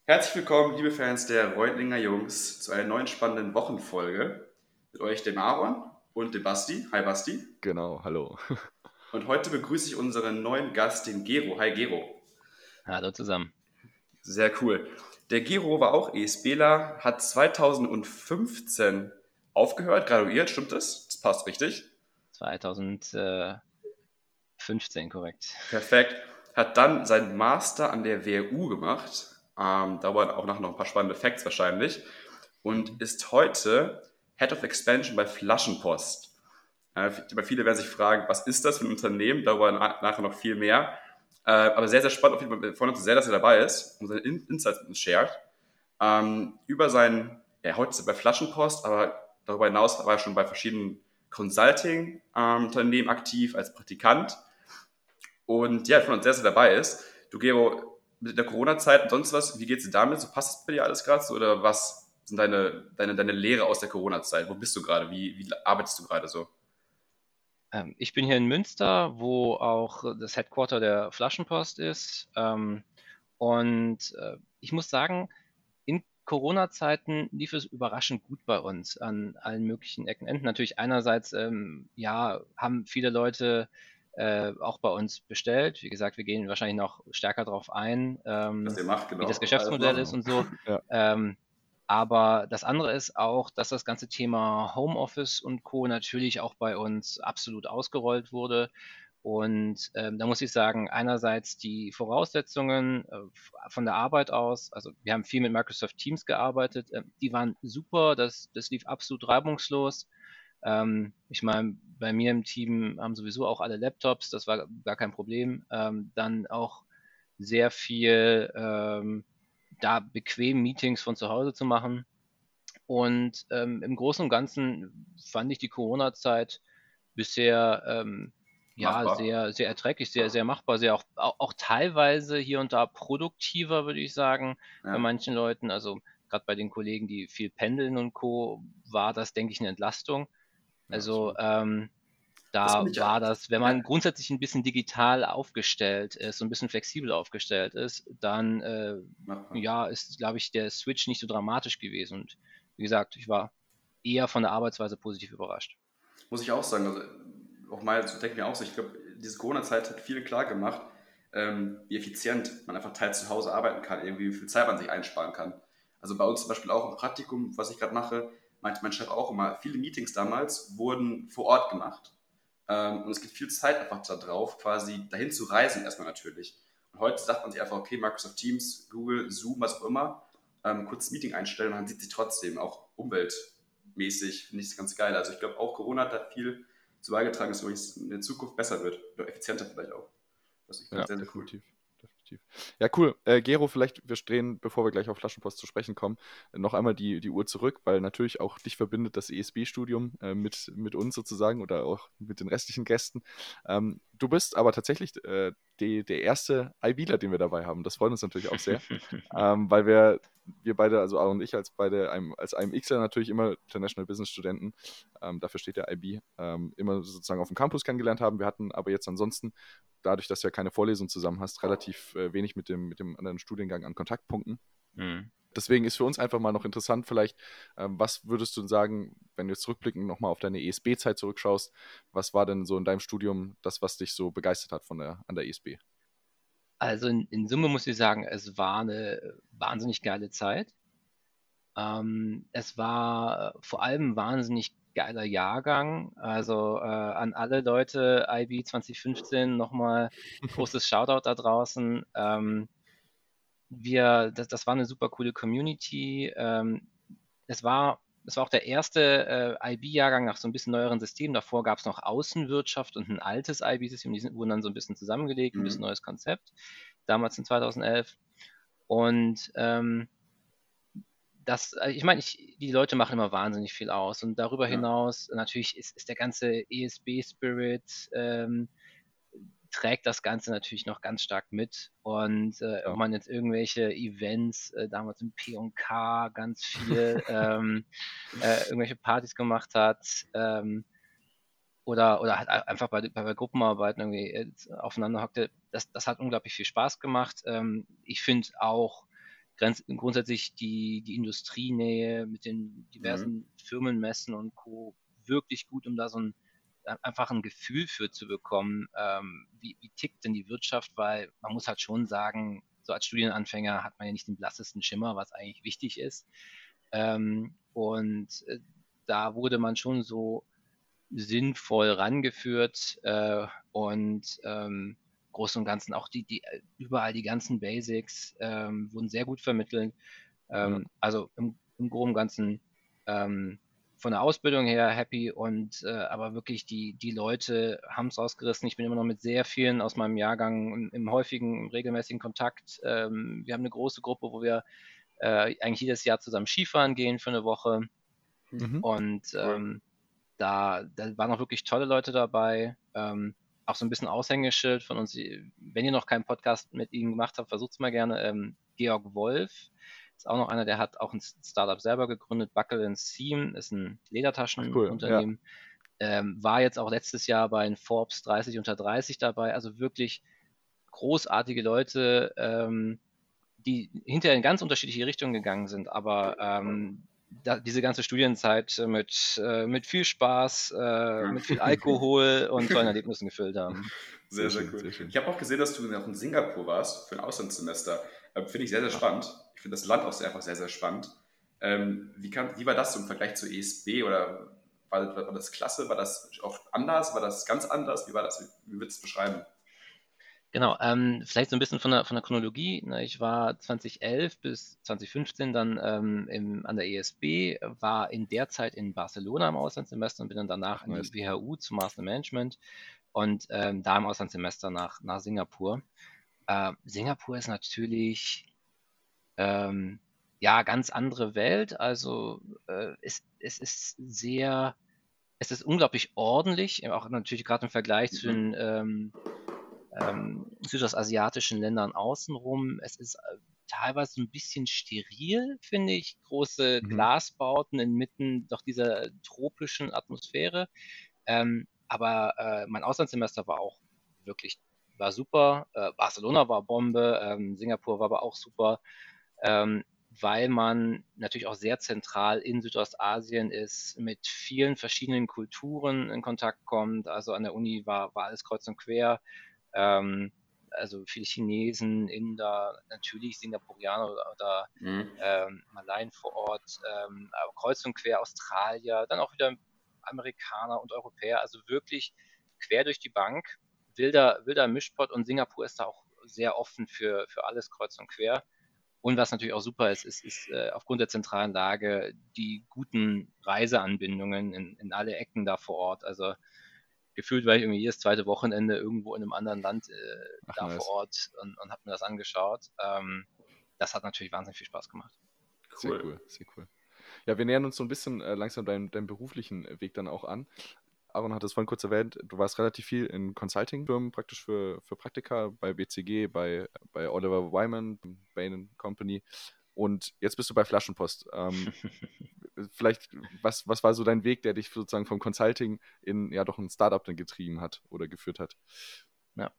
Herzlich willkommen, liebe Fans der Reutlinger Jungs, zu einer neuen spannenden Wochenfolge mit euch, dem Aaron und dem Basti. Hi Basti. Genau, hallo. Und heute begrüße ich unseren neuen Gast, den Gero. Hi Gero. Hallo zusammen. Sehr cool. Der Gero war auch ESBler, hat 2015 aufgehört, graduiert, stimmt das? Das passt richtig. 2015, korrekt. Perfekt. Hat dann seinen Master an der WHU gemacht. Da waren auch nachher noch ein paar spannende Facts wahrscheinlich. Und Mhm. ist heute Head of Expansion bei Flaschenpost. Aber viele werden sich fragen, was ist das für ein Unternehmen? Darüber nachher noch viel mehr. Aber sehr, sehr spannend. Auf jeden Fall, wir freuen uns sehr, dass er dabei ist und seine Insights mit uns shared. Über seinen, ja, heute ist er bei Flaschenpost, aber darüber hinaus war er schon bei verschiedenen Consulting-Unternehmen aktiv als Praktikant. Und ja, ich freue uns sehr, dass er dabei ist. Du, Gero, mit der Corona-Zeit und sonst was, wie geht's dir damit? So, passt das bei dir alles gerade so? Oder was sind deine Lehre aus der Corona-Zeit? Wo bist du gerade? Wie arbeitest du gerade so? Ich bin hier in Münster, wo auch das Headquarter der Flaschenpost ist. Ich muss sagen, in Corona-Zeiten lief es überraschend gut bei uns an allen möglichen Ecken und Enden. Natürlich einerseits, ja, haben viele Leute auch bei uns bestellt. Wie gesagt, wir gehen wahrscheinlich noch stärker darauf ein, Was ihr macht, wie das genau. Alles Geschäftsmodell noch? ist und so. Ja, Ähm, Aber das andere ist auch, dass das ganze Thema Homeoffice und Co. natürlich auch bei uns absolut ausgerollt wurde. Da muss ich sagen, einerseits die Voraussetzungen von der Arbeit aus, also wir haben viel mit Microsoft Teams gearbeitet, die waren super, das lief absolut reibungslos. Ich meine, bei mir im Team haben sowieso auch alle Laptops, das war gar kein Problem. Dann auch sehr viel da bequem Meetings von zu Hause zu machen. Im Großen und Ganzen fand ich die Corona-Zeit bisher ja Machbar. sehr, sehr erträglich, sehr, sehr machbar, sehr auch teilweise hier und da produktiver, würde ich sagen, bei Ja, manchen Leuten. Also gerade bei den Kollegen, die viel pendeln und Co., war das, denke ich, eine Entlastung. ja, Also absolut. das da finde ich ja. war das, wenn Ja, man grundsätzlich ein bisschen digital aufgestellt ist, so ein bisschen flexibel aufgestellt ist, dann machbar. ja, ist, glaube ich, der Switch nicht so dramatisch gewesen. Und wie gesagt, ich war eher von der Arbeitsweise positiv überrascht. Muss ich auch sagen. Also, auch mal, so denke ich mir auch so. Ich glaube, diese Corona-Zeit hat viel klar gemacht, wie effizient man einfach teils zu Hause arbeiten kann, irgendwie wie viel Zeit man sich einsparen kann. Also bei uns zum Beispiel auch im Praktikum, was ich gerade mache, meinte mein Chef auch immer, viele Meetings damals wurden vor Ort gemacht. Und es gibt viel Zeit einfach da drauf, quasi dahin zu reisen, erstmal natürlich. Und heute sagt man sich einfach, okay, Microsoft Teams, Google, Zoom, was auch immer, kurz ein Meeting einstellen und man sieht sich trotzdem, auch umweltmäßig, finde ich es ganz geil. Also ich glaube, auch Corona hat da viel zu beigetragen, dass es in der Zukunft besser wird. Oder effizienter vielleicht auch. Das ich finde Ja, das sehr, sehr cool. definitiv. Definitiv. Ja, cool. Gero, vielleicht, wir drehen, bevor wir gleich auf Flaschenpost zu sprechen kommen, noch einmal die Uhr zurück, weil natürlich auch dich verbindet das ESB-Studium mit uns sozusagen oder auch mit den restlichen Gästen. Du bist aber tatsächlich der erste IBler, den wir dabei haben. Das freut uns natürlich auch sehr, weil wir beide, also Aaron und ich, als IMXler natürlich immer International Business Studenten, dafür steht der IB, immer sozusagen auf dem Campus kennengelernt haben. Wir hatten aber jetzt ansonsten, dadurch, dass du ja keine Vorlesung zusammen hast, relativ wenig mit dem anderen Studiengang an Kontaktpunkten. Mhm. Deswegen ist für uns einfach mal noch interessant, vielleicht, was würdest du sagen, wenn du jetzt zurückblickend nochmal auf deine ESB-Zeit zurückschaust, was war denn so in deinem Studium das, was dich so begeistert hat an der ESB? Also in Summe muss ich sagen, es war eine wahnsinnig geile Zeit. Es war vor allem ein wahnsinnig geiler Jahrgang. Also an alle Leute IB 2015 nochmal großes Shoutout da draußen. Das war eine super coole Community. Es war auch der erste IB-Jahrgang nach so ein bisschen neueren System. Davor gab es noch Außenwirtschaft und ein altes IB-System. Wurden dann so ein bisschen zusammengelegt, ein bisschen Mhm. neues Konzept, damals in 2011. Und ich meine, die Leute machen immer wahnsinnig viel aus. Und darüber Ja, hinaus, natürlich ist der ganze ESB-Spirit, trägt das Ganze natürlich noch ganz stark mit. Ob Ja. man jetzt irgendwelche Events, damals im P&K ganz viel, irgendwelche Partys gemacht hat, oder halt einfach bei Gruppenarbeiten irgendwie aufeinander hockte, das hat unglaublich viel Spaß gemacht. Ich finde auch, grundsätzlich die Industrienähe mit den diversen Firmenmessen und Co. wirklich gut, um da einfach ein Gefühl für zu bekommen, wie tickt denn die Wirtschaft, weil man muss halt schon sagen, so als Studienanfänger hat man ja nicht den blassesten Schimmer, was eigentlich wichtig ist. Da wurde man schon so sinnvoll rangeführt und Großen und Ganzen auch überall die ganzen Basics wurden sehr gut vermittelt. Also im Groben und Ganzen von der Ausbildung her happy und aber wirklich die Leute haben es rausgerissen. Ich bin immer noch mit sehr vielen aus meinem Jahrgang im regelmäßigen Kontakt. Wir haben eine große Gruppe, wo wir eigentlich jedes Jahr zusammen Skifahren gehen für eine Woche. Und da waren auch wirklich tolle Leute dabei. Auch so ein bisschen Aushängeschild von uns. Wenn ihr noch keinen Podcast mit ihnen gemacht habt, versucht es mal gerne. Georg Wolf ist auch noch einer, der hat auch ein Startup selber gegründet. Buckle & Seam ist ein Ledertaschenunternehmen. War jetzt auch letztes Jahr bei den Forbes 30 unter 30 dabei. Also wirklich großartige Leute, die hinterher in ganz unterschiedliche Richtungen gegangen sind. Aber diese ganze Studienzeit mit viel Spaß, mit viel Alkohol und tollen Erlebnissen gefüllt haben. Sehr, sehr cool. Sehr schön. Ich habe auch gesehen, dass du noch in Singapur warst für ein Auslandssemester. Finde ich sehr, sehr spannend. Ich finde das Land auch einfach sehr, sehr spannend. Wie war das so im Vergleich zur ESB? Oder war das klasse? War das auch anders? War das ganz anders? Wie war das? Wie würdest du es beschreiben? Genau, vielleicht so ein bisschen von der Chronologie. Ich war 2011 bis 2015 dann an der ESB, war in der Zeit in Barcelona im Auslandssemester und bin dann danach in die WHU zum Master Management und da im Auslandssemester nach Singapur. Singapur ist natürlich ganz andere Welt. Also es ist unglaublich ordentlich, auch natürlich gerade im Vergleich zu den südostasiatischen Ländern außenrum. Es ist teilweise ein bisschen steril, finde ich. Große Glasbauten inmitten doch dieser tropischen Atmosphäre. Aber mein Auslandssemester war super. Barcelona war Bombe, Singapur war aber auch super, weil man natürlich auch sehr zentral in Südostasien ist, mit vielen verschiedenen Kulturen in Kontakt kommt. Also an der Uni war alles kreuz und quer. Also viele Chinesen, Inder, natürlich Singapurianer oder Malaien vor Ort, aber kreuz und quer Australier, dann auch wieder Amerikaner und Europäer, also wirklich quer durch die Bank, wilder Mischpott und Singapur ist da auch sehr offen für alles kreuz und quer. Und was natürlich auch super ist aufgrund der zentralen Lage die guten Reiseanbindungen in alle Ecken da vor Ort. Also gefühlt war ich irgendwie jedes zweite Wochenende irgendwo in einem anderen Land nice. Vor Ort und habe mir das angeschaut. Das hat natürlich wahnsinnig viel Spaß gemacht. Cool. Sehr cool. Ja, wir nähern uns so ein bisschen langsam deinem beruflichen Weg dann auch an. Aaron hat es vorhin kurz erwähnt, du warst relativ viel in Consulting-Firmen praktisch für Praktika, bei BCG, bei Oliver Wyman, Bain & Company und jetzt bist du bei Flaschenpost. Vielleicht, was war so dein Weg, der dich sozusagen vom Consulting in doch ein Startup dann getrieben hat oder geführt hat? Ja.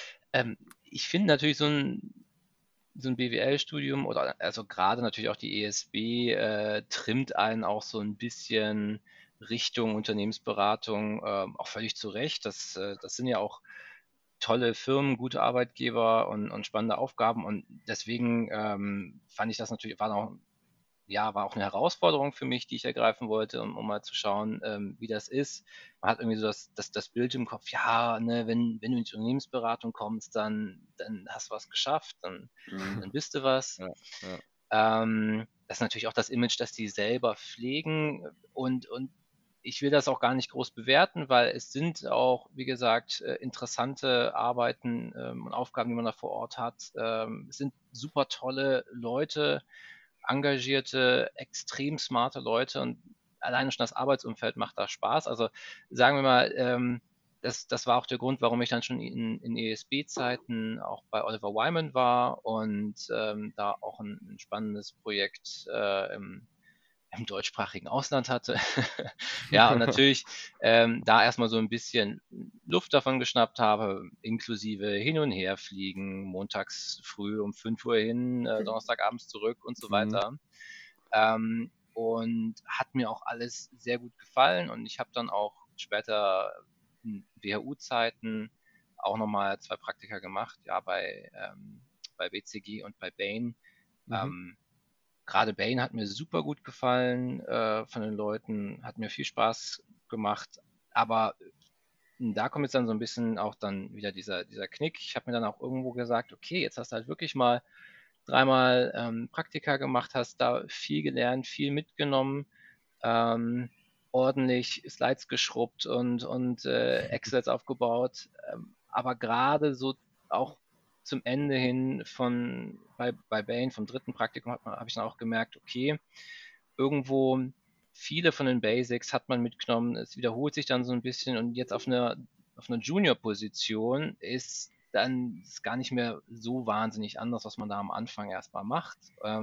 Ich finde natürlich so ein BWL-Studium oder also gerade natürlich auch die ESB trimmt einen auch so ein bisschen Richtung Unternehmensberatung, auch völlig zu Recht. Das sind ja auch tolle Firmen, gute Arbeitgeber und spannende Aufgaben und deswegen fand ich das natürlich, war auch eine Herausforderung für mich, die ich ergreifen wollte, um mal zu schauen, wie das ist. Man hat irgendwie so das Bild im Kopf, ja, ne, wenn du in die Unternehmensberatung kommst, dann hast du was geschafft, dann bist du was. Ja. Das ist natürlich auch das Image, das die selber pflegen und ich will das auch gar nicht groß bewerten, weil es sind auch, wie gesagt, interessante Arbeiten und Aufgaben, die man da vor Ort hat. Es sind super tolle Leute, engagierte, extrem smarte Leute und alleine schon das Arbeitsumfeld macht da Spaß. Also sagen wir mal, das war auch der Grund, warum ich dann schon in ESB-Zeiten auch bei Oliver Wyman war und da auch ein spannendes Projekt im deutschsprachigen Ausland hatte. Ja, und natürlich da erstmal so ein bisschen Luft davon geschnappt habe, inklusive hin und her fliegen, montags früh um 5 Uhr hin, Donnerstagabends zurück und so Mhm. weiter. Und hat mir auch alles sehr gut gefallen und ich habe dann auch später in WHU-Zeiten auch nochmal 2 Praktika gemacht, ja, bei BCG und bei Bain. Mhm. Gerade Bane hat mir super gut gefallen von den Leuten, hat mir viel Spaß gemacht, aber da kommt jetzt dann so ein bisschen auch dann wieder dieser Knick. Ich habe mir dann auch irgendwo gesagt, okay, jetzt hast du halt wirklich mal 3-mal Praktika gemacht, hast da viel gelernt, viel mitgenommen, ähm, ordentlich Slides geschrubbt und Excels aufgebaut, aber gerade so auch zum Ende hin bei Bain vom dritten Praktikum habe ich dann auch gemerkt, okay, irgendwo viele von den Basics hat man mitgenommen, es wiederholt sich dann so ein bisschen und jetzt auf einer Junior-Position ist dann ist gar nicht mehr so wahnsinnig anders, was man da am Anfang erstmal macht.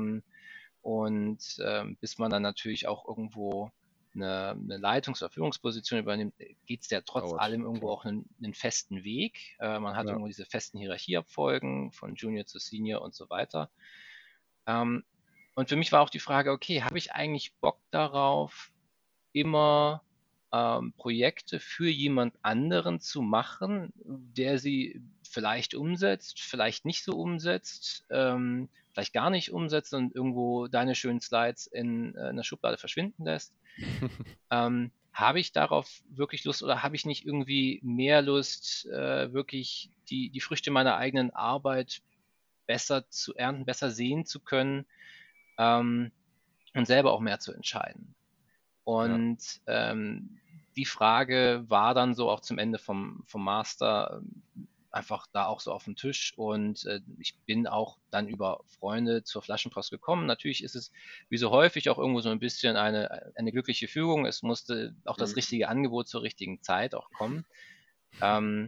Bis man dann natürlich auch irgendwo eine Leitungs- oder Führungsposition übernimmt, geht es ja trotz Dauert, allem irgendwo klar. auch einen festen Weg. Man hat Ja. irgendwo diese festen Hierarchieabfolgen von Junior zu Senior und so weiter. Ähm, und für mich war auch die Frage, okay, habe ich eigentlich Bock darauf, immer Projekte für jemand anderen zu machen, der sie vielleicht umsetzt, vielleicht nicht so umsetzt, vielleicht gar nicht umsetzt und irgendwo deine schönen Slides in der Schublade verschwinden lässt. Habe ich darauf wirklich Lust oder habe ich nicht irgendwie mehr Lust, wirklich die Früchte meiner eigenen Arbeit besser zu ernten, besser sehen zu können ähm, und selber auch mehr zu entscheiden? Ja. Und die Frage war dann so auch zum Ende vom Master einfach da auch so auf dem Tisch und ich bin auch dann über Freunde zur Flaschenpost gekommen. Natürlich ist es wie so häufig auch irgendwo so ein bisschen eine glückliche Fügung. Es musste auch das Mhm. richtige Angebot zur richtigen Zeit auch kommen. Ähm,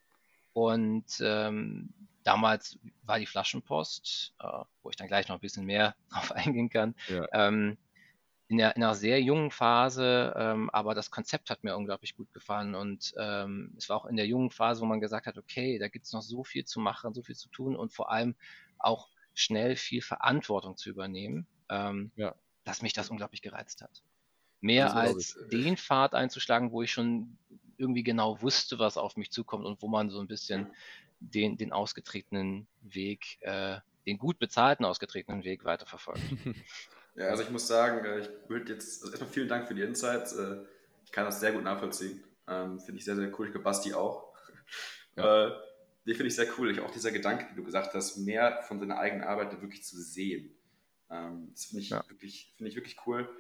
Damals war die Flaschenpost, wo ich dann gleich noch ein bisschen mehr drauf eingehen kann, Ja. ähm, in einer sehr jungen Phase, aber das Konzept hat mir unglaublich gut gefallen und es war auch in der jungen Phase, wo man gesagt hat, okay, da gibt es noch so viel zu machen, so viel zu tun und vor allem auch schnell viel Verantwortung zu übernehmen, Ja. dass mich das unglaublich gereizt hat. Also Mehr Das so, glaube ich. als den Pfad einzuschlagen, wo ich schon irgendwie genau wusste, was auf mich zukommt und wo man so ein bisschen den ausgetretenen Weg, den gut bezahlten ausgetretenen Weg weiterverfolgt. ja, also ich muss sagen, ich würde jetzt, also erstmal vielen Dank für die Insights. Ich kann das sehr gut nachvollziehen. Finde ich sehr, sehr cool. Ich glaube, Basti auch. Ja. Die finde ich sehr cool. Auch dieser Gedanke, wie du gesagt hast, mehr von seiner eigenen Arbeit wirklich zu sehen. Das Ja. finde ich wirklich cool.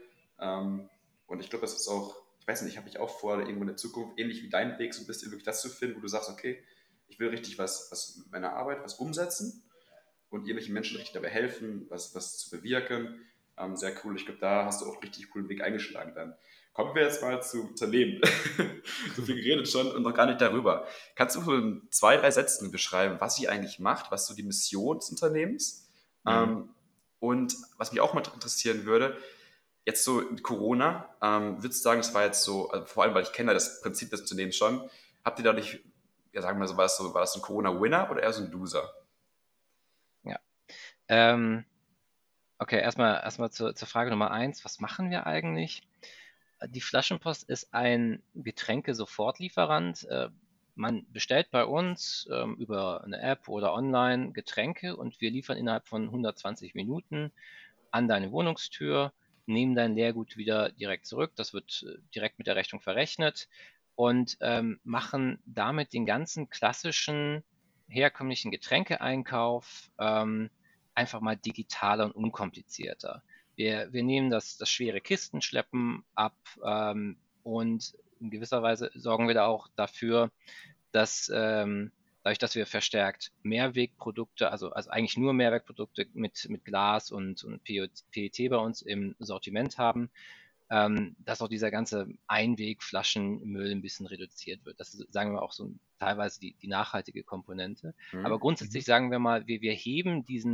Und ich glaube, das ist auch, ich weiß nicht, habe ich auch vor, irgendwo in der Zukunft, ähnlich wie dein Weg, so ein bisschen wirklich das zu finden, wo du sagst, okay, ich will richtig was mit meiner Arbeit, was umsetzen und irgendwelchen Menschen richtig dabei helfen, was zu bewirken. Sehr cool. Ich glaube, da hast du auch einen richtig coolen Weg eingeschlagen dann. Kommen wir jetzt mal zu Unternehmen. So viel geredet schon und noch gar nicht darüber. Kannst du so in 2, 3 Sätzen beschreiben, was sie eigentlich macht, was so die Mission des Unternehmens? Mhm. Und was mich auch mal interessieren würde, jetzt so mit Corona, würdest du sagen, es war jetzt so, also vor allem, weil ich kenne ja das Prinzip des Unternehmens schon, habt ihr dadurch, ja sagen wir so, war das ein Corona-Winner oder eher so ein Loser? Ja. Ähm, okay, erstmal zur Frage Nummer eins. Was machen wir eigentlich? Die Flaschenpost ist ein Getränke-Sofortlieferant. Man bestellt bei uns über eine App oder online Getränke und wir liefern innerhalb von 120 Minuten an deine Wohnungstür, nehmen dein Leergut wieder direkt zurück. Das wird direkt mit der Rechnung verrechnet und machen damit den ganzen klassischen herkömmlichen Getränkeeinkauf einfach mal digitaler und unkomplizierter. Wir nehmen das schwere Kistenschleppen ab und in gewisser Weise sorgen wir da auch dafür, dass dadurch, dass wir verstärkt Mehrwegprodukte, also eigentlich nur Mehrwegprodukte mit Glas und PET bei uns im Sortiment haben, dass auch dieser ganze Einwegflaschenmüll ein bisschen reduziert wird. Das ist, sagen wir auch teilweise die nachhaltige Komponente. Aber Mhm. grundsätzlich Mhm. sagen wir mal, wir heben diesen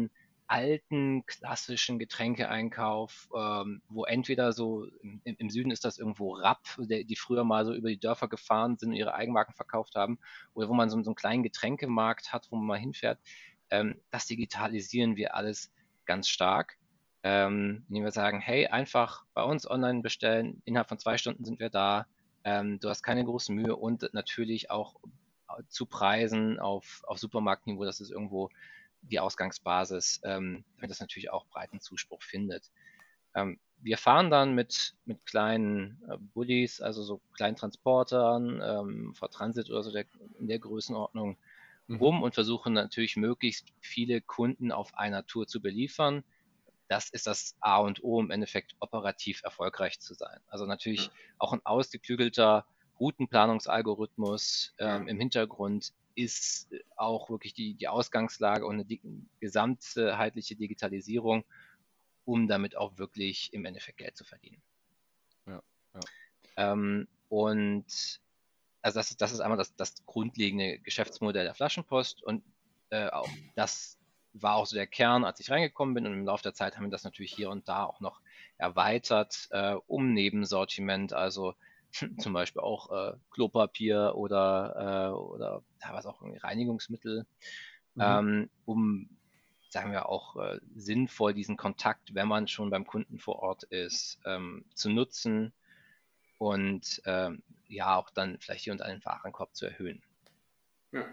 alten, klassischen Getränkeeinkauf, wo entweder so im Süden ist das irgendwo Rapp, die früher mal so über die Dörfer gefahren sind und ihre Eigenmarken verkauft haben, oder wo man so einen kleinen Getränkemarkt hat, wo man mal hinfährt. Das digitalisieren wir alles ganz stark, indem wir sagen, hey, einfach bei uns online bestellen, innerhalb von 2 Stunden sind wir da, du hast keine große Mühe und natürlich auch zu Preisen auf Supermarktniveau, das ist irgendwo die Ausgangsbasis, damit das natürlich auch breiten Zuspruch findet. Wir fahren dann mit kleinen Bullis, also so kleinen Transportern, vor Transit oder so in der Größenordnung rum und versuchen natürlich möglichst viele Kunden auf einer Tour zu beliefern. Das ist das A und O, im Endeffekt operativ erfolgreich zu sein. Also natürlich auch ein ausgeklügelter Routenplanungsalgorithmus im Hintergrund ist auch wirklich die Ausgangslage und eine gesamtheitliche Digitalisierung, um damit auch wirklich im Endeffekt Geld zu verdienen. Ja, ja. Und also das ist einmal das grundlegende Geschäftsmodell der Flaschenpost und auch das war auch so der Kern, als ich reingekommen bin, und im Laufe der Zeit haben wir das natürlich hier und da auch noch erweitert um Nebensortiment, also zum Beispiel auch Klopapier oder teilweise auch irgendwie Reinigungsmittel, um, sagen wir auch, sinnvoll diesen Kontakt, wenn man schon beim Kunden vor Ort ist, zu nutzen und ja, auch dann vielleicht hier und da den Warenkorb zu erhöhen. Ja.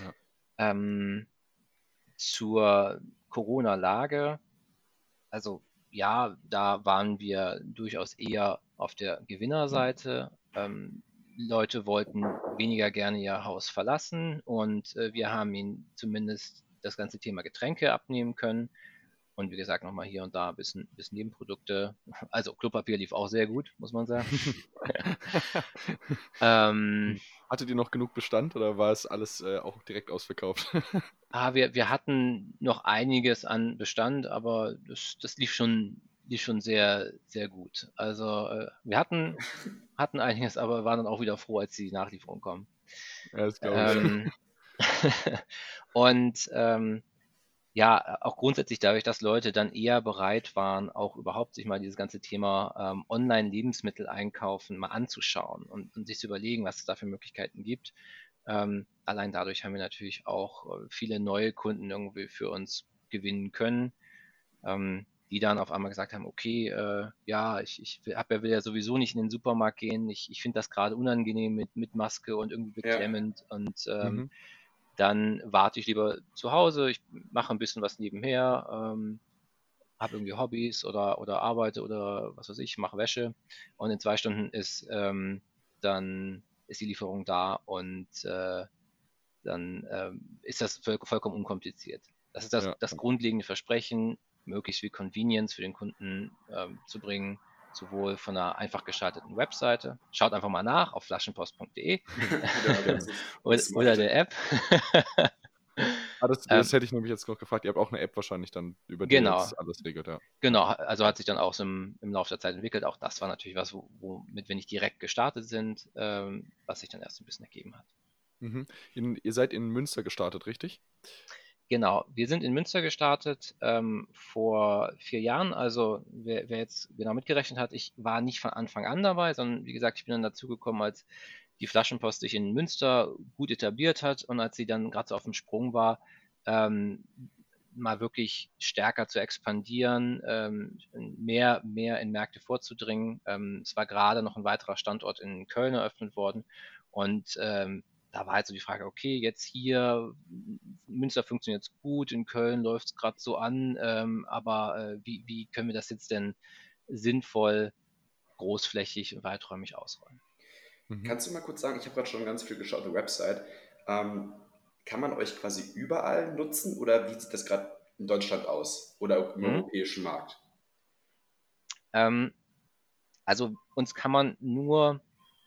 Zur Corona-Lage, also ja, da waren wir durchaus eher auf der Gewinnerseite. Leute wollten weniger gerne ihr Haus verlassen und wir haben ihnen zumindest das ganze Thema Getränke abnehmen können. Und wie gesagt, nochmal hier und da ein bisschen Nebenprodukte. Also Klopapier lief auch sehr gut, muss man sagen. Hattet ihr noch genug Bestand oder war es alles auch direkt ausverkauft? Wir hatten noch einiges an Bestand, aber das lief schon sehr, sehr gut. Also wir hatten einiges, aber waren dann auch wieder froh, als die Nachlieferung kommen. Ja, das glaube ich. Und ja, auch grundsätzlich dadurch, dass Leute dann eher bereit waren, auch überhaupt sich mal dieses ganze Thema Online-Lebensmittel einkaufen mal anzuschauen und sich zu überlegen, was es da für Möglichkeiten gibt. Allein dadurch haben wir natürlich auch viele neue Kunden irgendwie für uns gewinnen können, die dann auf einmal gesagt haben, okay, ja, ich will ja sowieso nicht in den Supermarkt gehen, ich finde das gerade unangenehm mit Maske und irgendwie beklemmend und dann warte ich lieber zu Hause, ich mache ein bisschen was nebenher, habe irgendwie Hobbys oder arbeite oder was weiß ich, mache Wäsche und in 2 Stunden ist dann ist die Lieferung da und dann ist das vollkommen unkompliziert. Das ist das grundlegende Versprechen, möglichst viel Convenience für den Kunden zu bringen, sowohl von einer einfach gestalteten Webseite. Schaut einfach mal nach auf flaschenpost.de oder der App. Das hätte ich nämlich jetzt noch gefragt. Ihr habt auch eine App wahrscheinlich dann, über die jetzt alles regelt, ja. Genau, also hat sich dann auch so im Laufe der Zeit entwickelt. Auch das war natürlich was, womit wir nicht direkt gestartet sind, was sich dann erst ein bisschen ergeben hat. Ihr seid in Münster gestartet, richtig? Genau, wir sind in Münster gestartet vor 4 Jahren. Also wer jetzt genau mitgerechnet hat, ich war nicht von Anfang an dabei, sondern wie gesagt, ich bin dann dazugekommen, als die Flaschenpost sich in Münster gut etabliert hat und als sie dann gerade so auf dem Sprung war, mal wirklich stärker zu expandieren, mehr in Märkte vorzudringen. Es war gerade noch ein weiterer Standort in Köln eröffnet worden und da war halt so die Frage, okay, jetzt hier, Münster funktioniert es gut, in Köln läuft es gerade so an, aber wie können wir das jetzt denn sinnvoll, großflächig und weiträumig ausrollen? Kannst du mal kurz sagen, ich habe gerade schon ganz viel geschaut auf der Website, kann man euch quasi überall nutzen oder wie sieht das gerade in Deutschland aus oder im europäischen Markt? Also uns kann man nur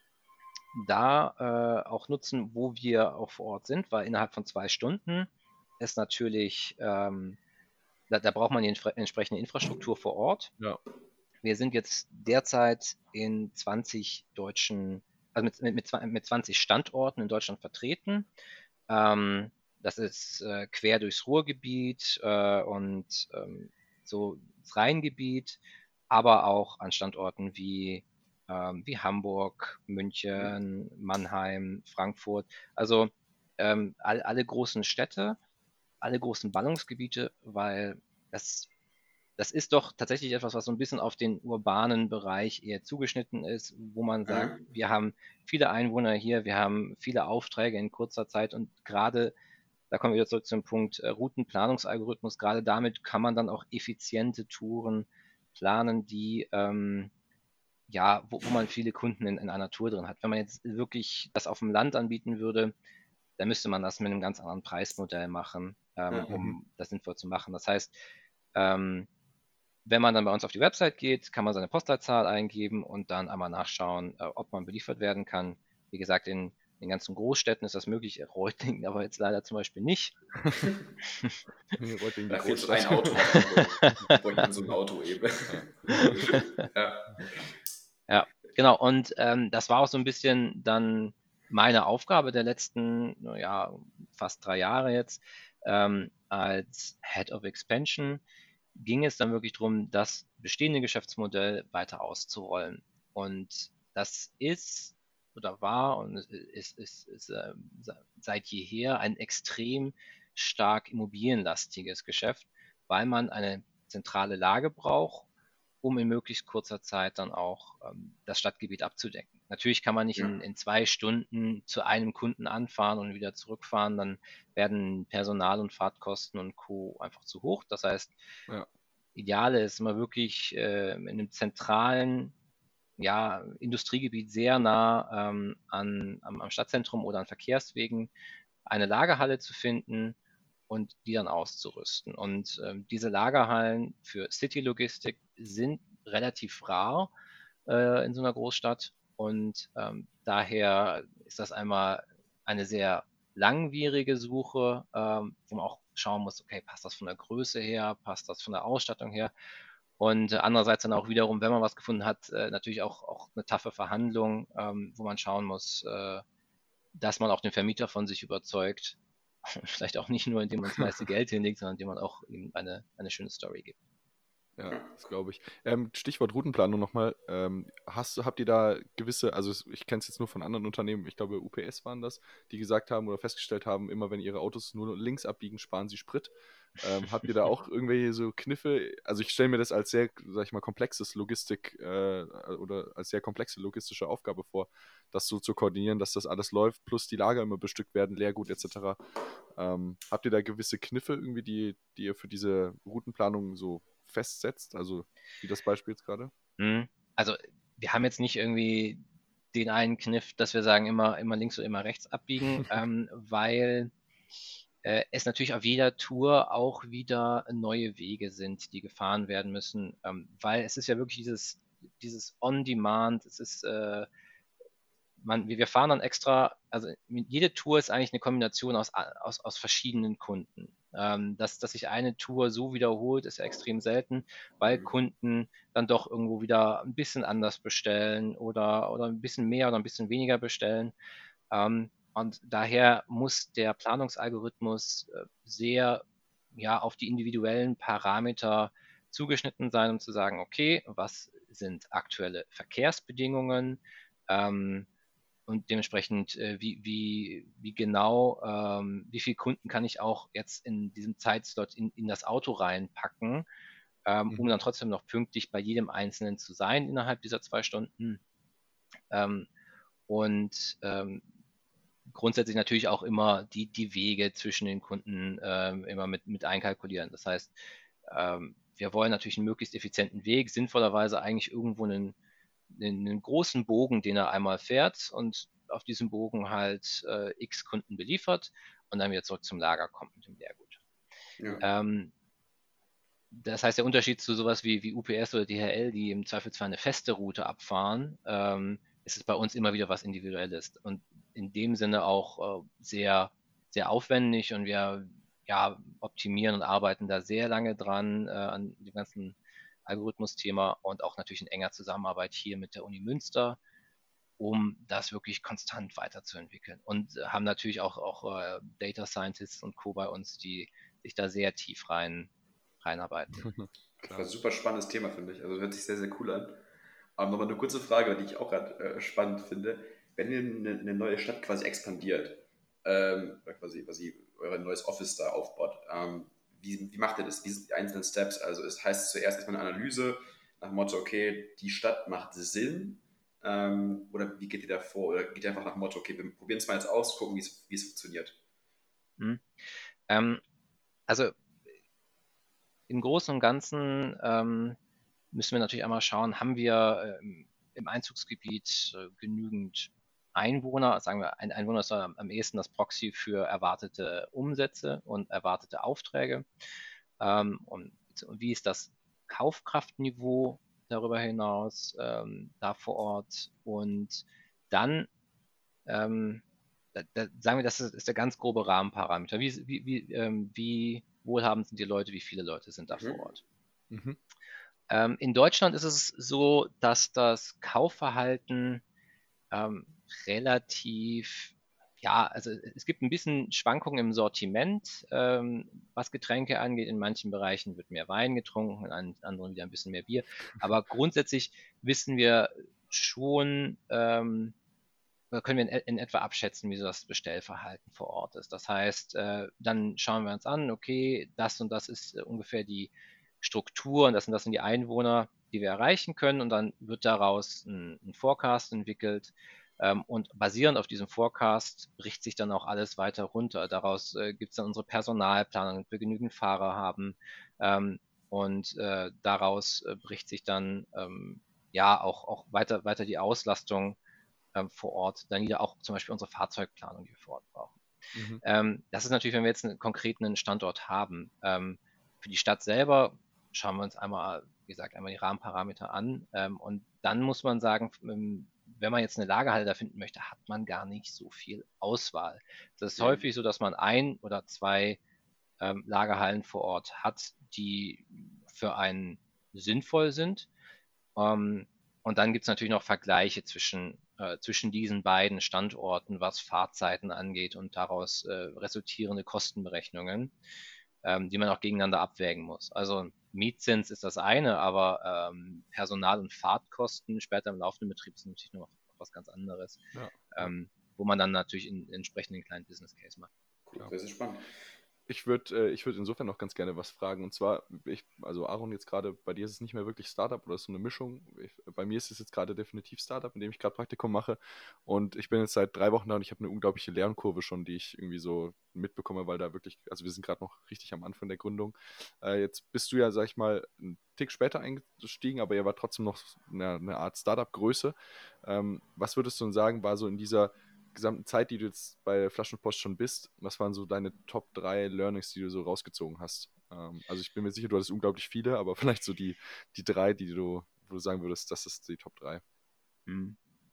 da auch nutzen, wo wir auch vor Ort sind, weil innerhalb von 2 Stunden ist natürlich, da braucht man die entsprechende Infrastruktur vor Ort. Ja. Wir sind jetzt derzeit in 20 deutschen, also mit 20 Standorten in Deutschland vertreten. Das ist quer durchs Ruhrgebiet und so das Rheingebiet, aber auch an Standorten wie Hamburg, München, Mannheim, Frankfurt. Also alle großen Städte, alle großen Ballungsgebiete, weil das ist doch tatsächlich etwas, was so ein bisschen auf den urbanen Bereich eher zugeschnitten ist, wo man sagt, Mhm. wir haben viele Einwohner hier, wir haben viele Aufträge in kurzer Zeit und gerade, da kommen wir wieder zurück zum Punkt Routenplanungsalgorithmus, gerade damit kann man dann auch effiziente Touren planen, die ja, wo man viele Kunden in einer Tour drin hat. Wenn man jetzt wirklich das auf dem Land anbieten würde, dann müsste man das mit einem ganz anderen Preismodell machen, Ja. um das sinnvoll zu machen. Das heißt, ähm, wenn man dann bei uns auf die Website geht, kann man seine Postleitzahl eingeben und dann einmal nachschauen, ob man beliefert werden kann. Wie gesagt, in den ganzen Großstädten ist das möglich, Reutlingen aber jetzt leider zum Beispiel nicht. Nee, Reutlingen, die Da fehlt so ein Großstadt. Auto. Da bräuchte man so ein Auto eben. Ja. Ja, genau. Und das war auch so ein bisschen dann meine Aufgabe der letzten, ja, fast 3 Jahre jetzt. Als Head of Expansion ging es dann wirklich darum, das bestehende Geschäftsmodell weiter auszurollen. Und das ist oder war und ist seit jeher ein extrem stark immobilienlastiges Geschäft, weil man eine zentrale Lage braucht, um in möglichst kurzer Zeit dann auch das Stadtgebiet abzudecken. Natürlich kann man nicht Ja. in 2 Stunden zu einem Kunden anfahren und wieder zurückfahren, dann werden Personal- und Fahrtkosten und Co. einfach zu hoch. Das heißt, Ja. Ideale ist immer wirklich in einem zentralen ja, Industriegebiet sehr nah am Stadtzentrum oder an Verkehrswegen eine Lagerhalle zu finden und die dann auszurüsten. Und diese Lagerhallen für City-Logistik sind relativ rar in so einer Großstadt und daher ist das einmal eine sehr langwierige Suche, wo man auch schauen muss, okay, passt das von der Größe her, passt das von der Ausstattung her und andererseits dann auch wiederum, wenn man was gefunden hat, natürlich auch eine taffe Verhandlung, wo man schauen muss, dass man auch den Vermieter von sich überzeugt. Vielleicht auch nicht nur, indem man das meiste Geld hinlegt, sondern indem man auch ihm eine schöne Story gibt. Ja, das glaube ich. Stichwort Routenplanung nochmal. Habt ihr da gewisse, also ich kenne es jetzt nur von anderen Unternehmen, ich glaube UPS waren das, die gesagt haben oder festgestellt haben, immer wenn ihre Autos nur links abbiegen, sparen sie Sprit. Habt ihr da auch irgendwelche so Kniffe? Also ich stelle mir das als sehr, sag ich mal, komplexes Logistik oder als sehr komplexe logistische Aufgabe vor, das so zu koordinieren, dass das alles läuft, plus die Lager immer bestückt werden, Leergut etc. Habt ihr da gewisse Kniffe irgendwie, die ihr für diese Routenplanung so festsetzt? Also wie das Beispiel jetzt gerade? Also wir haben jetzt nicht irgendwie den einen Kniff, dass wir sagen, immer links oder immer rechts abbiegen, weil es natürlich auf jeder Tour auch wieder neue Wege sind, die gefahren werden müssen, weil es ist ja wirklich dieses On-Demand, es ist wir fahren dann extra, also jede Tour ist eigentlich eine Kombination aus verschiedenen Kunden. Dass sich eine Tour so wiederholt, ist ja extrem selten, weil Kunden dann doch irgendwo wieder ein bisschen anders bestellen oder ein bisschen mehr oder ein bisschen weniger bestellen. Und daher muss der Planungsalgorithmus sehr ja, auf die individuellen Parameter zugeschnitten sein, um zu sagen, okay, was sind aktuelle Verkehrsbedingungen? Und dementsprechend, wie genau, wie viele Kunden kann ich auch jetzt in diesem Zeitslot in das Auto reinpacken, um dann trotzdem noch pünktlich bei jedem Einzelnen zu sein innerhalb dieser 2 Stunden. Und grundsätzlich natürlich auch immer die Wege zwischen den Kunden immer mit einkalkulieren. Das heißt, wir wollen natürlich einen möglichst effizienten Weg, sinnvollerweise eigentlich irgendwo einen großen Bogen, den er einmal fährt und auf diesem Bogen halt x Kunden beliefert und dann wieder zurück zum Lager kommt mit dem Leergut. Ja. Das heißt, der Unterschied zu sowas wie UPS oder DHL, die im Zweifelsfall eine feste Route abfahren, ist es bei uns immer wieder was Individuelles und in dem Sinne auch sehr, sehr aufwendig und wir ja, optimieren und arbeiten da sehr lange dran an dem ganzen Algorithmus-Thema und auch natürlich in enger Zusammenarbeit hier mit der Uni Münster, um das wirklich konstant weiterzuentwickeln. Und haben natürlich auch Data Scientists und Co. bei uns, die sich da sehr tief reinarbeiten. Das war ein super spannendes Thema, finde ich. Also hört sich sehr, sehr cool an. Aber nochmal eine kurze Frage, die ich auch gerade spannend finde. Wenn ihr eine neue Stadt quasi expandiert, oder quasi euer neues Office da aufbaut, wie macht ihr das? Wie sind die einzelnen Steps? Also es heißt zuerst erstmal eine Analyse nach dem Motto, okay, die Stadt macht Sinn, oder wie geht ihr da vor? Oder geht ihr einfach nach dem Motto, okay, wir probieren es mal jetzt aus, gucken, wie es funktioniert? Mhm. Also im Großen und Ganzen müssen wir natürlich einmal schauen, haben wir im Einzugsgebiet genügend Einwohner? Sagen wir, ein Einwohner ist am ehesten das Proxy für erwartete Umsätze und erwartete Aufträge. Und wie ist das Kaufkraftniveau darüber hinaus da vor Ort? Und dann da sagen wir, das ist der ganz grobe Rahmenparameter. Wie wohlhabend sind die Leute, wie viele Leute sind da vor Ort? Mhm. In Deutschland ist es so, dass das Kaufverhalten relativ, ja, also es gibt ein bisschen Schwankungen im Sortiment, was Getränke angeht. In manchen Bereichen wird mehr Wein getrunken, in anderen wieder ein bisschen mehr Bier. Aber grundsätzlich wissen wir schon, oder können wir in etwa abschätzen, wie so das Bestellverhalten vor Ort ist. Das heißt, dann schauen wir uns an, okay, das und das ist ungefähr die Struktur und das sind die Einwohner, die wir erreichen können, und dann wird daraus ein Forecast entwickelt, und basierend auf diesem Forecast bricht sich dann auch alles weiter runter. Daraus gibt es dann unsere Personalplanung, damit wir genügend Fahrer haben, und daraus bricht sich dann ja auch weiter die Auslastung vor Ort dann wieder, auch zum Beispiel unsere Fahrzeugplanung, die wir vor Ort brauchen. Das ist natürlich, wenn wir jetzt einen konkreten Standort haben. Für die Stadt selber schauen wir uns einmal, wie gesagt, einmal die Rahmenparameter an, und dann muss man sagen, wenn man jetzt eine Lagerhalle da finden möchte, hat man gar nicht so viel Auswahl. Das ist häufig so, dass man ein oder zwei Lagerhallen vor Ort hat, die für einen sinnvoll sind. Und dann gibt es natürlich noch Vergleiche zwischen diesen beiden Standorten, was Fahrzeiten angeht, und daraus resultierende Kostenberechnungen, die man auch gegeneinander abwägen muss. Also Mietzins ist das eine, aber Personal- und Fahrtkosten später im laufenden Betrieb ist natürlich noch was ganz anderes, Ja. wo man dann natürlich einen entsprechenden kleinen Business Case macht. Cool, sehr, sehr spannend. Ich würd insofern noch ganz gerne was fragen. Und zwar, also Aaron, jetzt gerade, bei dir ist es nicht mehr wirklich Startup oder ist so eine Mischung. Bei mir ist es jetzt gerade definitiv Startup, in dem ich gerade Praktikum mache. Und ich bin jetzt seit 3 Wochen da und ich habe eine unglaubliche Lernkurve schon, die ich irgendwie so mitbekomme, weil da wirklich, also wir sind gerade noch richtig am Anfang der Gründung. Jetzt bist du ja, sag ich mal, einen Tick später eingestiegen, aber ihr war trotzdem noch eine Art Startup-Größe. Was würdest du denn sagen, war so in dieser gesamten Zeit, die du jetzt bei Flaschenpost schon bist, was waren so deine Top 3 Learnings, die du so rausgezogen hast? Also ich bin mir sicher, du hattest unglaublich viele, aber vielleicht so die 3, wo du sagen würdest, das ist die Top 3. Hm.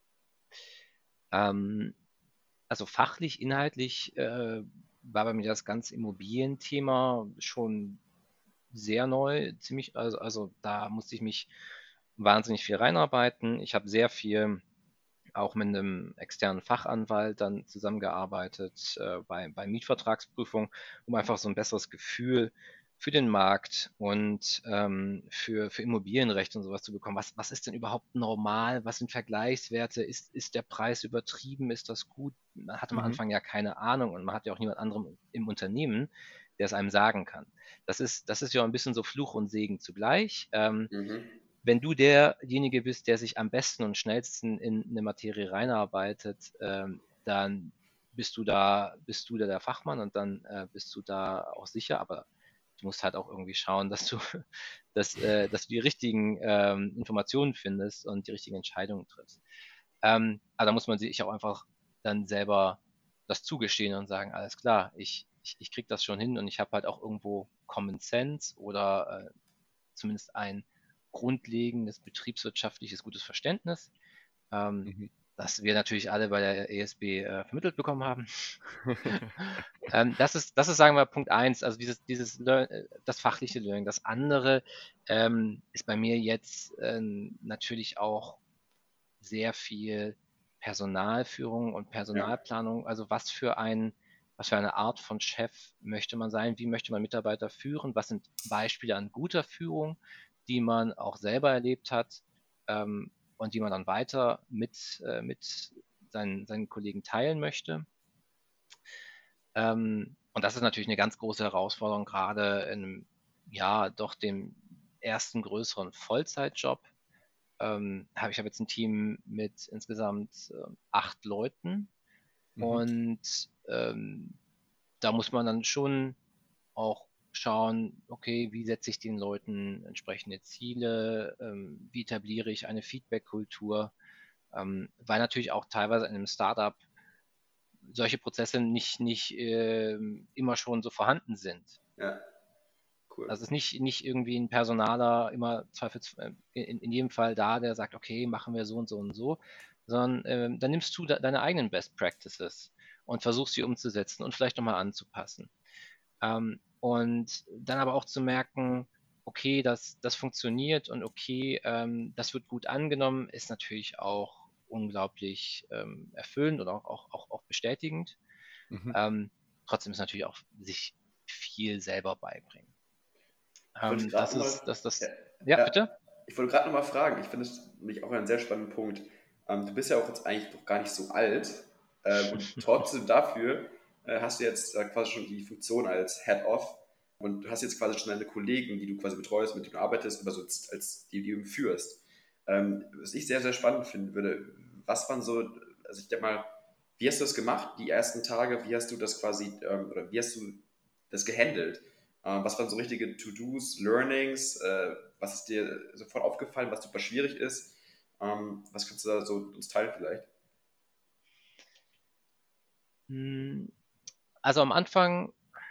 Also fachlich, inhaltlich war bei mir das ganze Immobilienthema schon sehr neu, ziemlich, also da musste ich mich wahnsinnig viel reinarbeiten. Ich habe sehr viel auch mit einem externen Fachanwalt dann zusammengearbeitet bei Mietvertragsprüfung, um einfach so ein besseres Gefühl für den Markt und für Immobilienrecht und sowas zu bekommen. Was ist denn überhaupt normal? Was sind Vergleichswerte? Ist der Preis übertrieben? Ist das gut? Man hatte am Anfang ja keine Ahnung, und man hat ja auch niemand anderem im Unternehmen, der es einem sagen kann. Das ist ja ein bisschen so Fluch und Segen zugleich. Wenn du derjenige bist, der sich am besten und schnellsten in eine Materie reinarbeitet, dann bist du der Fachmann, und dann bist du da auch sicher, aber du musst halt auch irgendwie schauen, dass du die richtigen Informationen findest und die richtigen Entscheidungen triffst. Aber da muss man sich auch einfach dann selber das zugestehen und sagen, alles klar, ich krieg das schon hin, und ich habe halt auch irgendwo Common Sense oder zumindest ein grundlegendes betriebswirtschaftliches gutes Verständnis, das wir natürlich alle bei der ESB vermittelt bekommen haben. Das ist, sagen wir, Punkt 1, also das fachliche Learning. Das andere ist bei mir jetzt natürlich auch sehr viel Personalführung und Personalplanung, also was für eine Art von Chef möchte man sein, wie möchte man Mitarbeiter führen, was sind Beispiele an guter Führung, die man auch selber erlebt hat und die man dann weiter mit seinen Kollegen teilen möchte. Und das ist natürlich eine ganz große Herausforderung, gerade in doch dem ersten größeren Vollzeitjob. Ich habe jetzt ein Team mit insgesamt 8 Leuten und da muss man dann schon auch schauen, okay, wie setze ich den Leuten entsprechende Ziele, wie etabliere ich eine Feedback-Kultur, weil natürlich auch teilweise in einem Startup solche Prozesse nicht immer schon so vorhanden sind. Ja, cool. Also es ist nicht irgendwie ein Personaler immer in jedem Fall da, der sagt, okay, machen wir so und so und so, sondern dann nimmst du deine eigenen Best Practices und versuchst sie umzusetzen und vielleicht nochmal anzupassen. Und dann aber auch zu merken, okay, das funktioniert und okay, das wird gut angenommen, ist natürlich auch unglaublich erfüllend und auch bestätigend. Trotzdem ist natürlich auch sich viel selber beibringen. Bitte? Ich wollte gerade noch mal fragen, ich finde es nämlich auch einen sehr spannenden Punkt. Du bist ja auch jetzt eigentlich noch gar nicht so alt und trotzdem dafür hast du jetzt quasi schon die Funktion als Head-Off und du hast jetzt quasi schon deine Kollegen, die du quasi betreust, mit denen du arbeitest, oder so als die du führst. Was ich sehr, sehr spannend finden würde, was waren so, also ich denke mal, wie hast du das gemacht, die ersten Tage, wie hast du das quasi, oder wie hast du das gehandelt? Was waren so richtige To-Dos, Learnings? Was ist dir sofort aufgefallen, was super schwierig ist? Was kannst du da so uns teilen vielleicht? Also am Anfang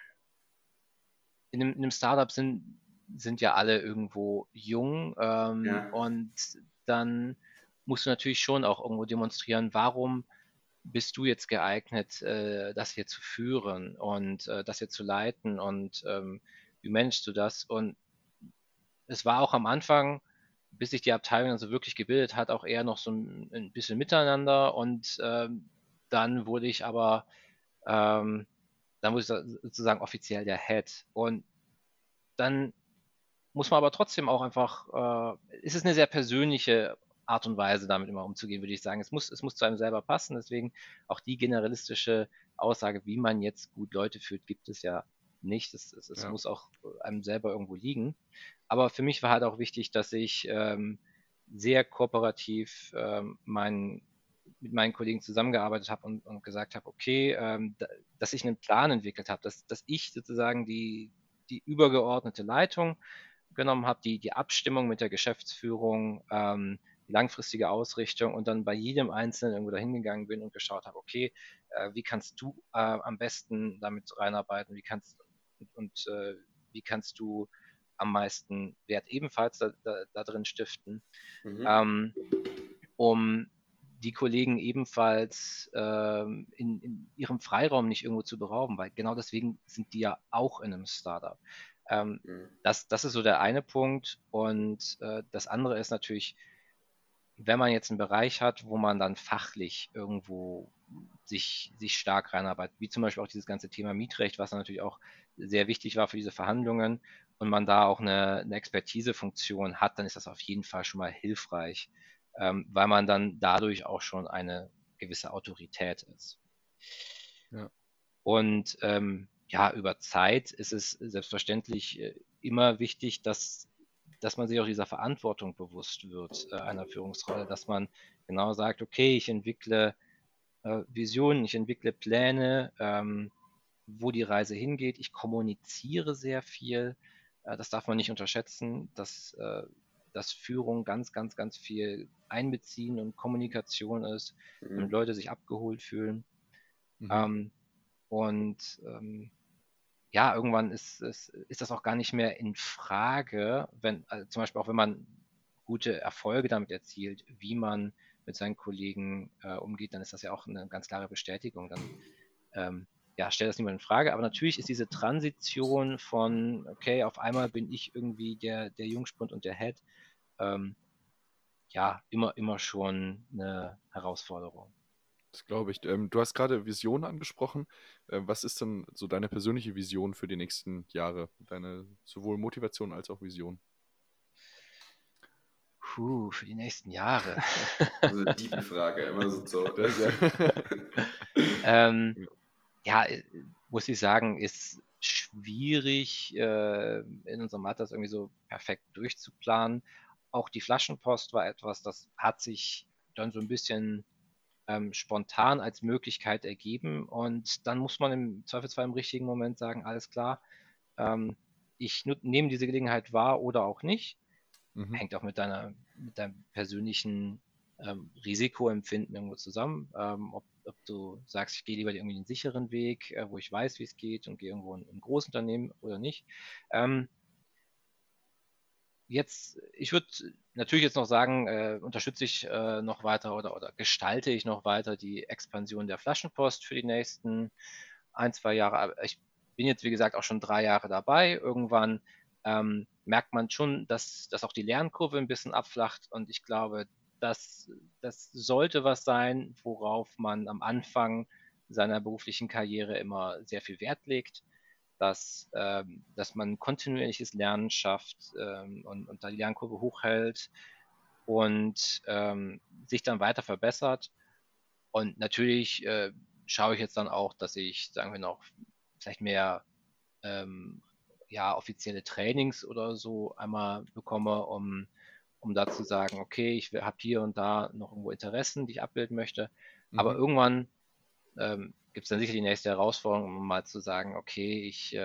in einem Startup sind ja alle irgendwo jung und dann musst du natürlich schon auch irgendwo demonstrieren, warum bist du jetzt geeignet, das hier zu führen und das hier zu leiten und wie managst du das? Und es war auch am Anfang, bis sich die Abteilung dann so wirklich gebildet hat, auch eher noch so ein bisschen miteinander und dann wurde ich aber dann wurde ich sozusagen offiziell der Head. Und dann muss man aber trotzdem auch einfach, es ist eine sehr persönliche Art und Weise, damit immer umzugehen, würde ich sagen. Es muss zu einem selber passen, deswegen auch die generalistische Aussage, wie man jetzt gut Leute führt, gibt es ja nicht. Es muss auch einem selber irgendwo liegen. Aber für mich war halt auch wichtig, dass ich sehr kooperativ mit meinen Kollegen zusammengearbeitet habe und gesagt habe, okay, dass ich einen Plan entwickelt habe, dass ich sozusagen die übergeordnete Leitung genommen habe, die Abstimmung mit der Geschäftsführung, die langfristige Ausrichtung und dann bei jedem Einzelnen irgendwo dahin gegangen bin und geschaut habe, okay, wie kannst du am besten damit reinarbeiten, wie kannst du am meisten Wert ebenfalls da drin stiften, um die Kollegen ebenfalls in ihrem Freiraum nicht irgendwo zu berauben, weil genau deswegen sind die ja auch in einem Startup. Das ist so der eine Punkt und das andere ist natürlich, wenn man jetzt einen Bereich hat, wo man dann fachlich irgendwo sich stark reinarbeitet, wie zum Beispiel auch dieses ganze Thema Mietrecht, was natürlich auch sehr wichtig war für diese Verhandlungen und man da auch eine Expertisefunktion hat, dann ist das auf jeden Fall schon mal hilfreich, weil man dann dadurch auch schon eine gewisse Autorität ist. Ja. Und über Zeit ist es selbstverständlich immer wichtig, dass man sich auch dieser Verantwortung bewusst wird, einer Führungsrolle, dass man genau sagt, okay, ich entwickle Visionen, ich entwickle Pläne, wo die Reise hingeht. Ich kommuniziere sehr viel. Das darf man nicht unterschätzen, dass Führung ganz, ganz, ganz viel Einbeziehen und Kommunikation ist, damit Leute sich abgeholt fühlen. Irgendwann ist das auch gar nicht mehr in Frage, zum Beispiel auch wenn man gute Erfolge damit erzielt, wie man mit seinen Kollegen umgeht, dann ist das ja auch eine ganz klare Bestätigung. Dann stellt das niemand in Frage. Aber natürlich ist diese Transition von, okay, auf einmal bin ich irgendwie der Jungspund und der Head, immer schon eine Herausforderung. Das glaube ich. Du hast gerade Vision angesprochen. Was ist denn so deine persönliche Vision für die nächsten Jahre? Deine sowohl Motivation als auch Vision? Für die nächsten Jahre. Also eine tiefe Frage, immer so. Das, ja. Ähm, ja, muss ich sagen, ist schwierig, in unserem Mathe das irgendwie so perfekt durchzuplanen. Auch die Flaschenpost war etwas, das hat sich dann so ein bisschen spontan als Möglichkeit ergeben. Und dann muss man im Zweifelsfall im richtigen Moment sagen, alles klar, ich nehme diese Gelegenheit wahr oder auch nicht. Mhm. Hängt auch mit deinem persönlichen Risikoempfinden irgendwo zusammen. Ob du sagst, ich gehe lieber irgendwie den sicheren Weg, wo ich weiß, wie es geht und gehe irgendwo in ein Großunternehmen oder nicht. Ähm, ich würde natürlich jetzt noch sagen, unterstütze ich noch weiter oder gestalte ich noch weiter die Expansion der Flaschenpost für die nächsten 1, 2 Jahre. Aber ich bin jetzt, wie gesagt, auch schon 3 Jahre dabei. Irgendwann merkt man schon, dass auch die Lernkurve ein bisschen abflacht. Und ich glaube, das sollte was sein, worauf man am Anfang seiner beruflichen Karriere immer sehr viel Wert legt, dass man kontinuierliches Lernen schafft und da die Lernkurve hochhält und sich dann weiter verbessert. Und natürlich schaue ich jetzt dann auch, dass ich, sagen wir noch, vielleicht mehr ähm, ja, offizielle Trainings oder so einmal bekomme, um da zu sagen, okay, ich habe hier und da noch irgendwo Interessen, die ich abbilden möchte. Aber Mhm. irgendwann gibt es dann sicher die nächste Herausforderung, um mal zu sagen, okay, ich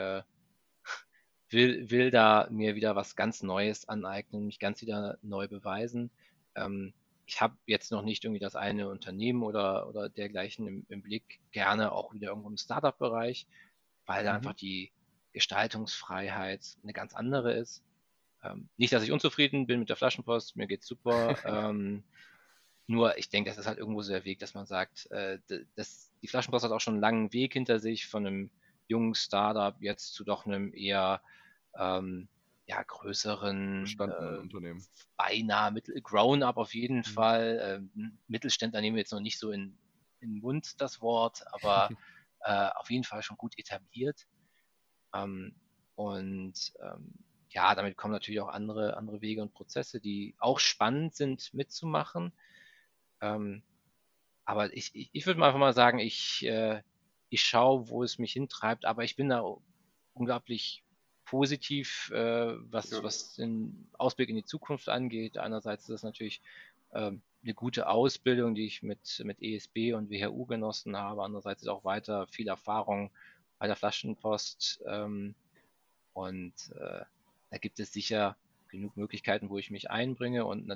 will da mir wieder was ganz Neues aneignen, mich ganz wieder neu beweisen. Ich habe jetzt noch nicht irgendwie das eine Unternehmen oder dergleichen im Blick, gerne auch wieder irgendwo im Startup-Bereich, weil da einfach Mhm. die Gestaltungsfreiheit eine ganz andere ist. Nicht, dass ich unzufrieden bin mit der Flaschenpost, mir geht's super. Nur ich denke, das ist halt irgendwo so der Weg, dass man sagt, die Flaschenpost hat auch schon einen langen Weg hinter sich von einem jungen Startup jetzt zu doch einem eher ähm, ja, größeren, Bestandenen Unternehmen. beinahe Grown-up auf jeden Mhm. Fall. Mittelständler nehmen wir jetzt noch nicht so in den Mund das Wort, aber auf jeden Fall schon gut etabliert. Ähm, und ja, damit kommen natürlich auch andere Wege und Prozesse, die auch spannend sind mitzumachen. Ähm, aber ich würde mal einfach mal sagen, ich schaue, wo es mich hintreibt, aber ich bin da unglaublich positiv, Ja. was den Ausblick in die Zukunft angeht. Einerseits ist das natürlich eine gute Ausbildung, die ich mit ESB und WHU genossen habe. Andererseits ist auch weiter viel Erfahrung bei der Flaschenpost. Und da gibt es sicher genug Möglichkeiten, wo ich mich einbringe. Und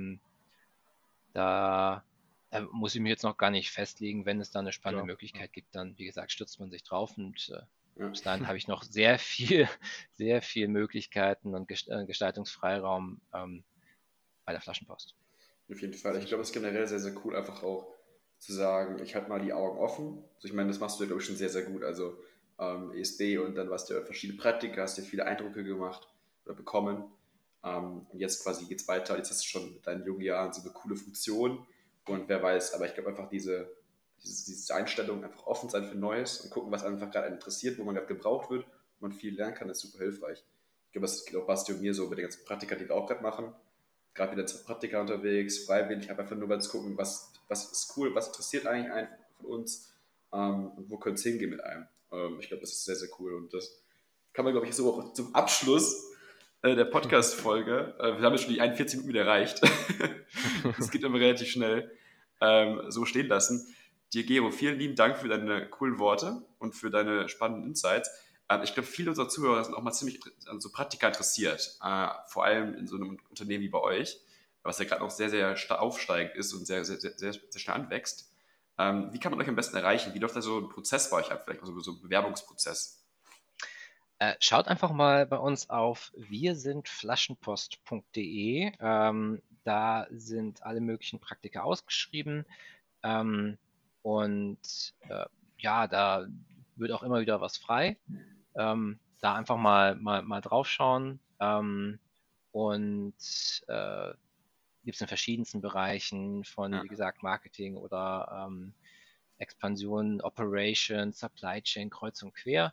da muss ich mir jetzt noch gar nicht festlegen. Wenn es da eine spannende Klar. Ja. Möglichkeit gibt, dann, wie gesagt, stürzt man sich drauf und Ja. bis dahin habe ich noch sehr viel, sehr viel Möglichkeiten und Gestaltungsfreiraum bei der Flaschenpost. Auf jeden Fall. Ich Sehr glaube, schön. es ist generell sehr, sehr cool, einfach auch zu sagen, ich halte mal die Augen offen. Also ich meine, das machst du, glaube ich, schon sehr, sehr gut. Also ESB und dann warst du ja verschiedene Praktika, hast dir viele Eindrücke gemacht oder bekommen. Und jetzt quasi geht es weiter. Jetzt hast du schon mit deinen jungen Jahren so eine coole Funktion. Und wer weiß, aber ich glaube einfach diese Einstellung, einfach offen sein für Neues und gucken, was einfach gerade interessiert, wo man gerade gebraucht wird, wo man viel lernen kann, ist super hilfreich. Ich glaube, das geht auch Basti und mir so mit den ganzen Praktika, die wir auch gerade machen, gerade wieder als Praktika unterwegs, freiwillig, einfach nur mal zu gucken, was ist cool, was interessiert eigentlich einen von uns und wo könnte es hingehen mit einem. Ich glaube, das ist sehr, sehr cool und das kann man, glaube ich, so auch zum Abschluss der Podcast-Folge, wir haben jetzt schon die 41 Minuten wieder erreicht, das geht immer relativ schnell, so stehen lassen. Dir, Gero, vielen lieben Dank für deine coolen Worte und für deine spannenden Insights. Ich glaube, viele unserer Zuhörer sind auch mal ziemlich an so Praktika interessiert, vor allem in so einem Unternehmen wie bei euch, was ja gerade noch sehr, sehr aufsteigend ist und sehr, sehr, sehr, sehr, sehr schnell anwächst. Wie kann man euch am besten erreichen? Wie läuft da so ein Prozess bei euch ab? Vielleicht so ein Bewerbungsprozess? Schaut einfach mal bei uns auf wirsindflaschenpost.de. Da sind alle möglichen Praktika ausgeschrieben. Ähm, und ja, da wird auch immer wieder was frei. Da einfach mal draufschauen. Und gibt es in verschiedensten Bereichen von, Ja, wie gesagt, Marketing oder Expansion, Operation, Supply Chain, kreuz und quer.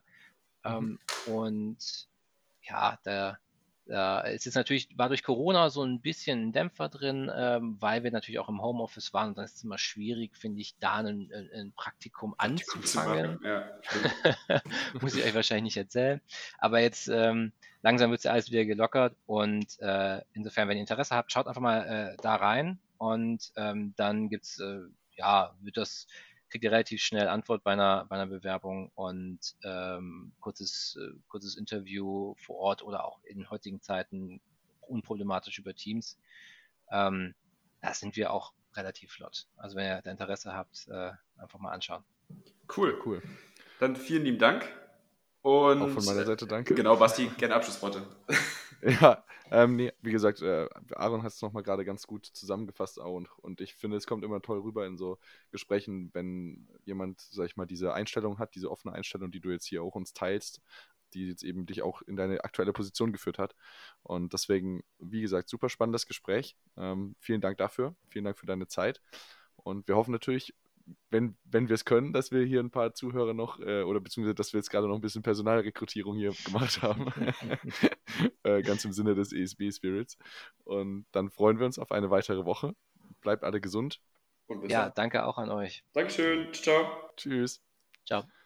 Und ja, es ist natürlich, war durch Corona so ein bisschen ein Dämpfer drin, weil wir natürlich auch im Homeoffice waren und dann ist es immer schwierig, finde ich, da ein Praktikum anzufangen. Ja, muss ich euch wahrscheinlich nicht erzählen. Aber jetzt langsam wird es ja alles wieder gelockert und insofern, wenn ihr Interesse habt, schaut einfach mal da rein und dann gibt's kriegt ihr relativ schnell Antwort bei einer Bewerbung und kurzes Interview vor Ort oder auch in heutigen Zeiten unproblematisch über Teams. Da sind wir auch relativ flott. Also wenn ihr da Interesse habt, einfach mal anschauen. Cool. Dann vielen lieben Dank. Und auch von meiner Seite danke. Genau, Basti, gerne Abschlussworte. Ja, wie gesagt, Aaron hat es nochmal gerade ganz gut zusammengefasst auch und ich finde, es kommt immer toll rüber in so Gesprächen, wenn jemand, sag ich mal, diese Einstellung hat, diese offene Einstellung, die du jetzt hier auch uns teilst, die jetzt eben dich auch in deine aktuelle Position geführt hat. Und deswegen, wie gesagt, super spannendes Gespräch. Vielen Dank dafür, vielen Dank für deine Zeit und wir hoffen natürlich, wenn wir es können, dass wir hier ein paar Zuhörer noch, oder beziehungsweise, dass wir jetzt gerade noch ein bisschen Personalrekrutierung hier gemacht haben. Ganz im Sinne des ESB-Spirits. Und dann freuen wir uns auf eine weitere Woche. Bleibt alle gesund. Und danke auch an euch. Dankeschön. Ciao. Tschüss. Ciao.